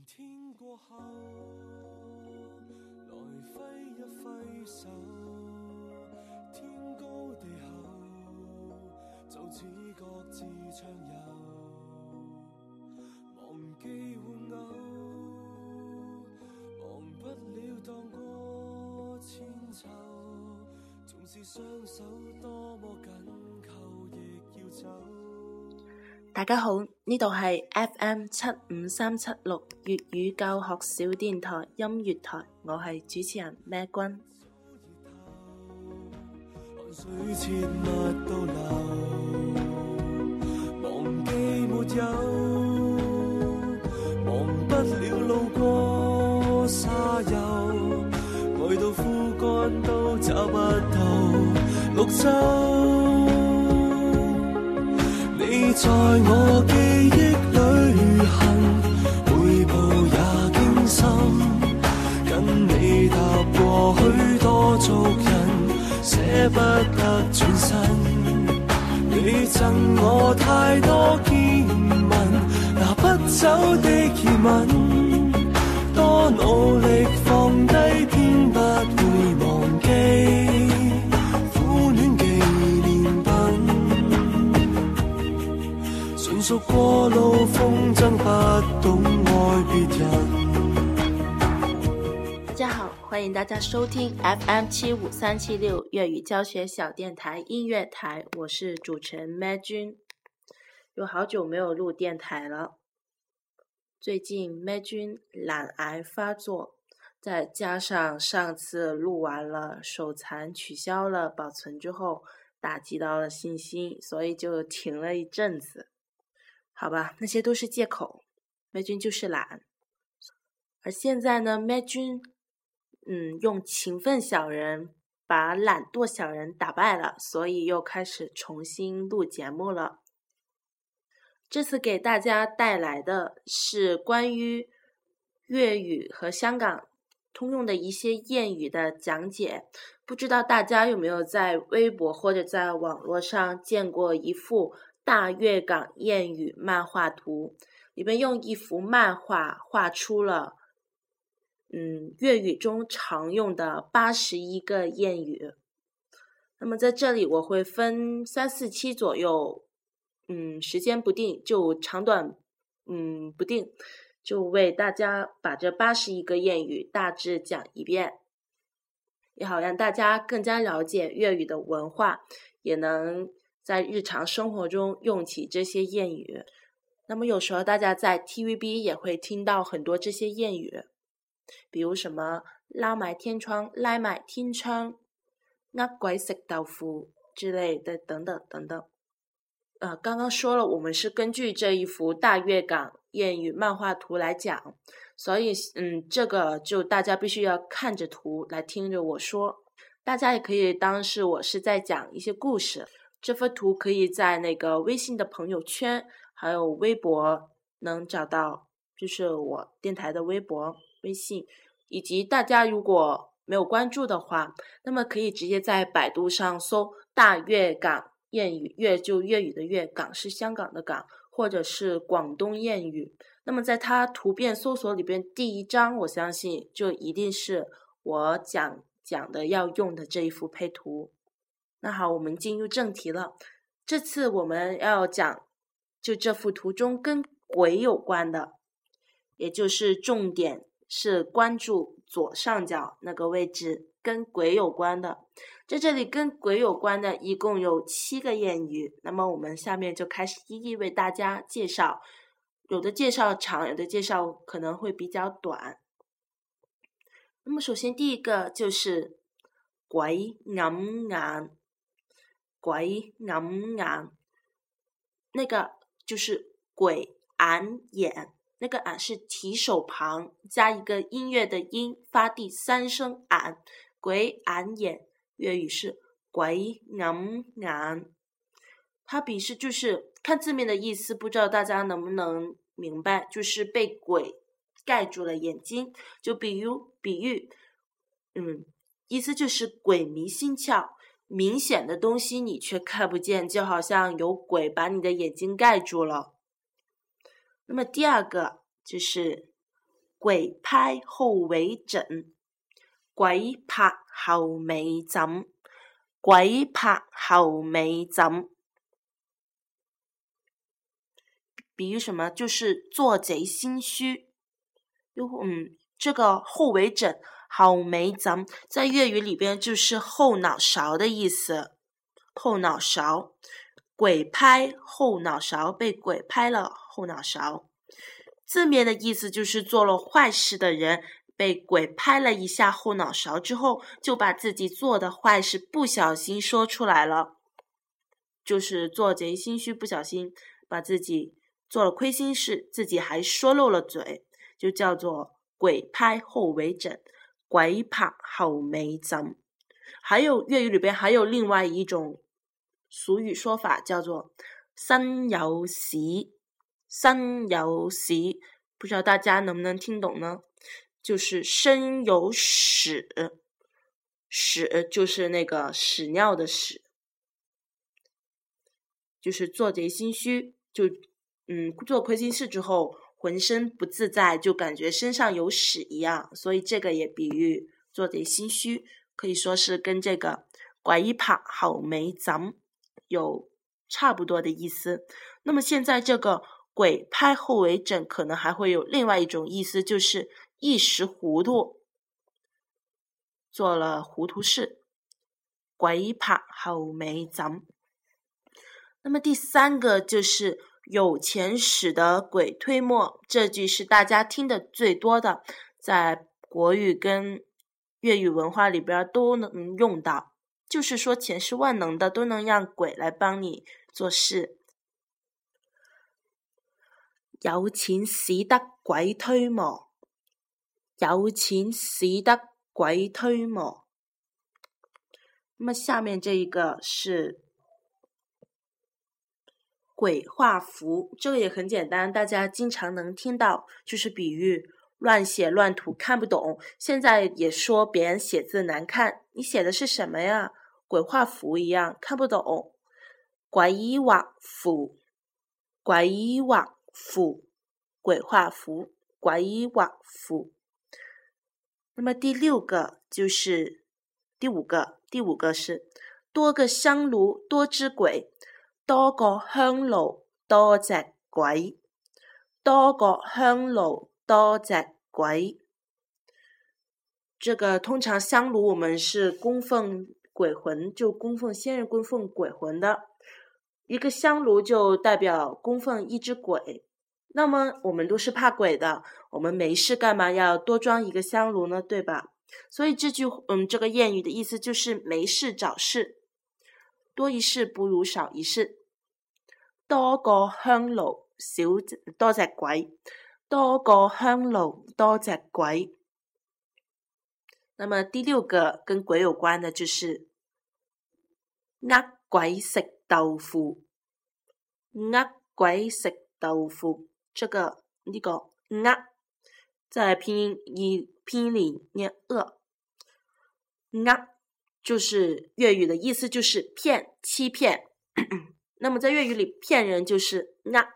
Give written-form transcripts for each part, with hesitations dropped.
天过后，来挥一挥手，天高地厚，就似各自畅游，忘记玩偶，忘不了荡过千秋，纵是双手多么紧扣，亦要走。 大家好，呢度係 FM75376 粵語教學小電台音樂台，我係主持人咩君。 水切勿倒流，忘記沒有，忘不了路過沙丘，愛到枯乾都找不到綠洲。你在我記憶裏行，每步也驚心，跟你踏過許多俗人，捨不得轉身。你贈我太多見聞，拿不走的疑問，多努力放低，偏不會忘記。熟過路風箏，不懂愛別人。 大家好，歡迎大家收聽 FM75376 粵語教學小電台音樂台，我是主持人咩君。有好久沒有錄電台了，最近咩君懶癌發作，再加上上次錄完了手殘取消了保存之後，打擊到了信心，所以就停了一陣子。好吧，那些都是借口，咩君就是懶。而現在呢，咩君用勤奮小人把懶惰小人打敗了，所以又開始重新錄節目了。這次給大家帶來的是關於粵語和香港通用的一些諺語的講解。不知道大家有沒有在微博或者在網絡上見過一幅大粵港諺語漫畫圖，裡面用一幅漫畫畫出了粵語中常用的81個諺語。那麼在這裡我會分3-4期左右，時間不定，就長短不定，就為大家把這81個諺語大致講一遍，也好讓大家更加了解粵語的文化，也能在日常生活中用起這些諺語。那麼有時候大家在 TVB 也會聽到很多這些諺語，比如什麼撈埋天窗、拉埋天窗、呃鬼食豆腐之類的等等等等。剛剛說了，我們是根據這一幅大粵港諺語漫畫圖來講，所以這個就大家必須要看着圖來聽着我說。大家也可以當是我是在講一些故事。這幅圖可以在那個微信的朋友圈還有微博能找到，就是我電台的微博微信，以及大家如果沒有關注的話，那麼可以直接在百度上搜大粵港諺語，粵就粵語的粵，港是香港的港，或者是廣東諺語。那麼在它圖片搜索裡邊第一張，我相信就一定是我講的要用的這一幅配圖。那好，我們進入正題了。這次我們要講就這幅圖中跟鬼有關的，也就是重點是關注左上角那個位置，跟鬼有關的。在這裡跟鬼有關的一共有7個諺語，那麼我們下面就開始一一為大家介紹，有的介紹長，有的介紹可能會比較短。那麼首先第一個就是鬼揞眼。鬼揞眼，那個就是鬼揞眼，那個眼是提手旁加一個音樂的音，發第3聲眼，鬼揞眼，粵語是鬼揞眼。它表示就是看字面的意思，不知道大家能不能明白，就是被鬼蓋住了眼睛，就比喻意思就是鬼迷心竅，明顯的東西你卻看不見，就好像有鬼把你的眼睛蓋住了。那麼第二個就是鬼拍後尾枕，鬼拍後尾枕，鬼拍後尾枕。比喻什么？就是做贼心虚。这个后尾枕、後尾枕在粤语里边就是后脑勺的意思。后脑勺，鬼拍后脑勺，被鬼拍了后脑勺。字面的意思就是做了坏事的人被鬼拍了一下后脑勺之后，就把自己做的坏事不小心说出来了，就是做贼心虚，不小心把自己做了亏心事，自己还说漏了嘴，就叫做鬼拍後尾枕，鬼拍後尾枕。还有粤语里边还有另外一种俗语说法，叫做身有屎。身有屎，不知道大家能不能听懂呢？就是身有屎，屎就是那个屎尿的屎，就是做贼心虚，就做亏心事之後浑身不自在，就感觉身上有屎一样，所以这个也比喻做贼心虚，可以说是跟这个鬼拍後尾枕有差不多的意思。那么现在这个鬼拍後尾枕可能还会有另外一种意思，就是一时糊涂，做了糊涂事，鬼拍後尾枕。那么第三个就是有钱使得鬼推磨，这句是大家听的最多的，在国语跟粤语文化里边都能用到，就是说钱是万能的，都能让鬼来帮你做事。有錢使得鬼推磨，有錢使得鬼推磨。那麼下面這一個是鬼畫符，這個也很簡單，大家經常能聽到，就是比喻亂寫亂塗看不懂，現在也說別人寫字難看，你寫的是什麼呀？鬼畫符一樣，看不懂。鬼畫符，鬼畫符，鬼畫符，鬼畫符。那麼第五個是多個香爐多隻鬼，多個香爐多隻鬼，多個香爐多隻鬼。這個通常香爐我們是供奉鬼魂，就供奉先人供奉鬼魂的，一個香爐就代表供奉一隻鬼。那麼我們都是怕鬼的，我們沒事幹嘛要多裝一個香爐呢，對吧？所以這個諺語的意思就是沒事找事，多一事不如少一事。多個香爐多隻鬼，多個香爐多隻鬼。那麼第六個跟鬼有關的就是呃鬼食豆腐，呃鬼食豆腐。這個在拼音里念就是粵語的意思就是騙欺騙那麼在粵語里騙人就是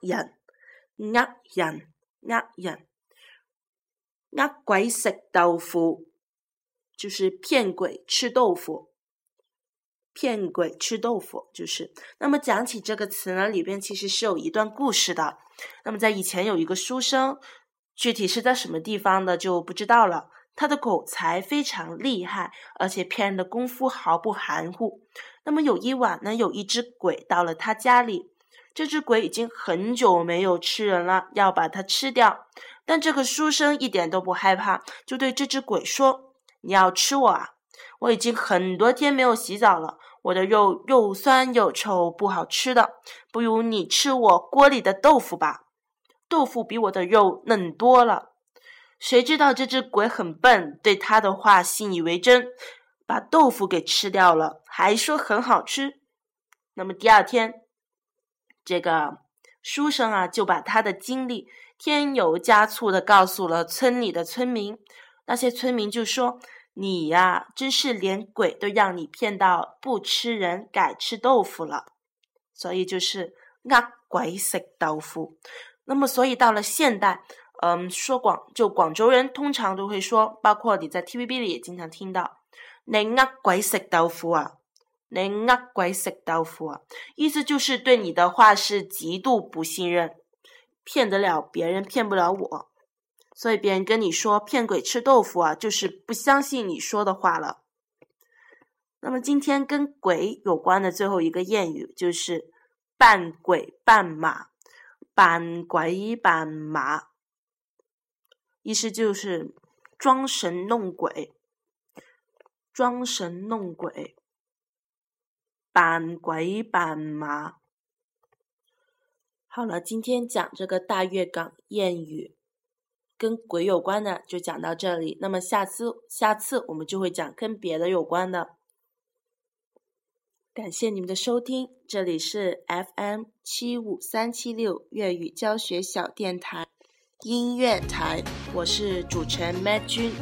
呃鬼食豆腐就是騙鬼吃豆腐，騙鬼吃豆腐就是。那麼講起這個詞呢，裡邊其實是有一段故事的。那麼在以前有一個書生，具體是在什麼地方的就不知道了，他的口才非常厲害，而且騙人的功夫毫不含糊。那麼有一晚呢，有一隻鬼到了他家裡，這隻鬼已經很久沒有吃人了，要把它吃掉。但這個書生一點都不害怕，就對這隻鬼說，你要吃我啊？我已經很多天沒有洗澡了，我的肉又酸又臭，不好吃的，不如你吃我鍋裡的豆腐吧，豆腐比我的肉嫩多了。誰知道這隻鬼很笨，對他的話信以為真，把豆腐給吃掉了，還說很好吃。那麼第二天，這個書生啊就把他的經歷添油加醋的告訴了村裡的村民，那些村民就說，你呀，真是連鬼都讓你騙到不吃人改吃豆腐了，所以就是呃鬼食豆腐。那麼所以到了現代廣州人通常都會說，包括你在 TVB 裏也經常聽到，你鬼食豆腐啊，你鬼食豆腐啊，意思就是對你的話是極度不信任，騙得了別人，騙不了我。所以別人跟你說騙鬼吃豆腐啊，就是不相信你說的話了。那麼今天跟鬼有關的最後一個諺語就是扮鬼扮馬，扮鬼扮馬，意思就是裝神弄鬼，裝神弄鬼，扮鬼扮馬。好了，今天講這個大粵港諺語跟鬼有關的就講到這裡，那麼下次我們就會講跟別的有關的。感謝你們的收聽，這裡是 FM75376 粵語教學小電台音樂台，我是主持人 Matt 君。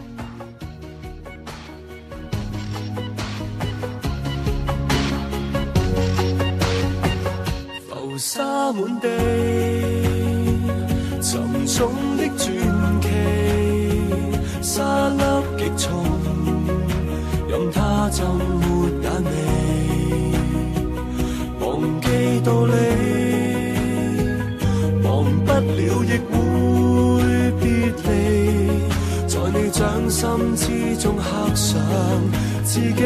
浮沙滿地，沉重的傳奇，沙粒極重，任它浸沒眼眉，忘記道理，忘不了亦會別離，在你掌心之中刻上自己，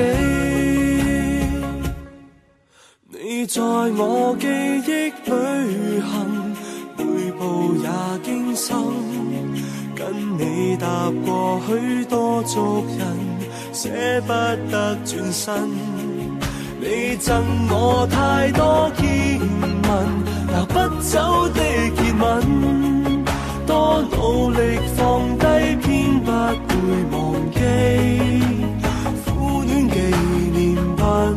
你在我記憶裏行，每步也驚心，跟你踏過許多俗人，捨不得轉身，你贈我太多見聞，拿不走的熱吻，多努力放低偏不會忘記，苦戀紀念品，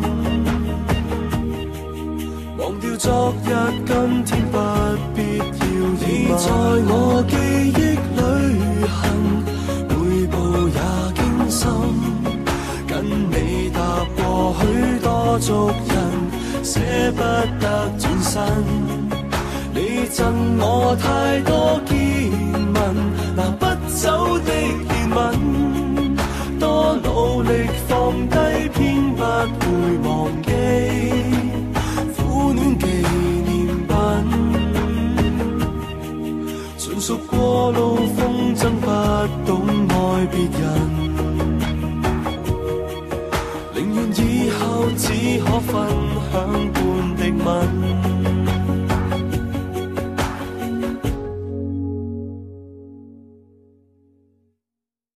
忘掉昨日今天不必要疑問，你在我記憶裏行，每步也驚心，跟你踏過許多俗人，捨不得轉身，你贈我太多見聞，拿不走的熱吻，多努力放低偏不會忘記，苦戀紀念品，純屬過路風箏，不懂愛別人。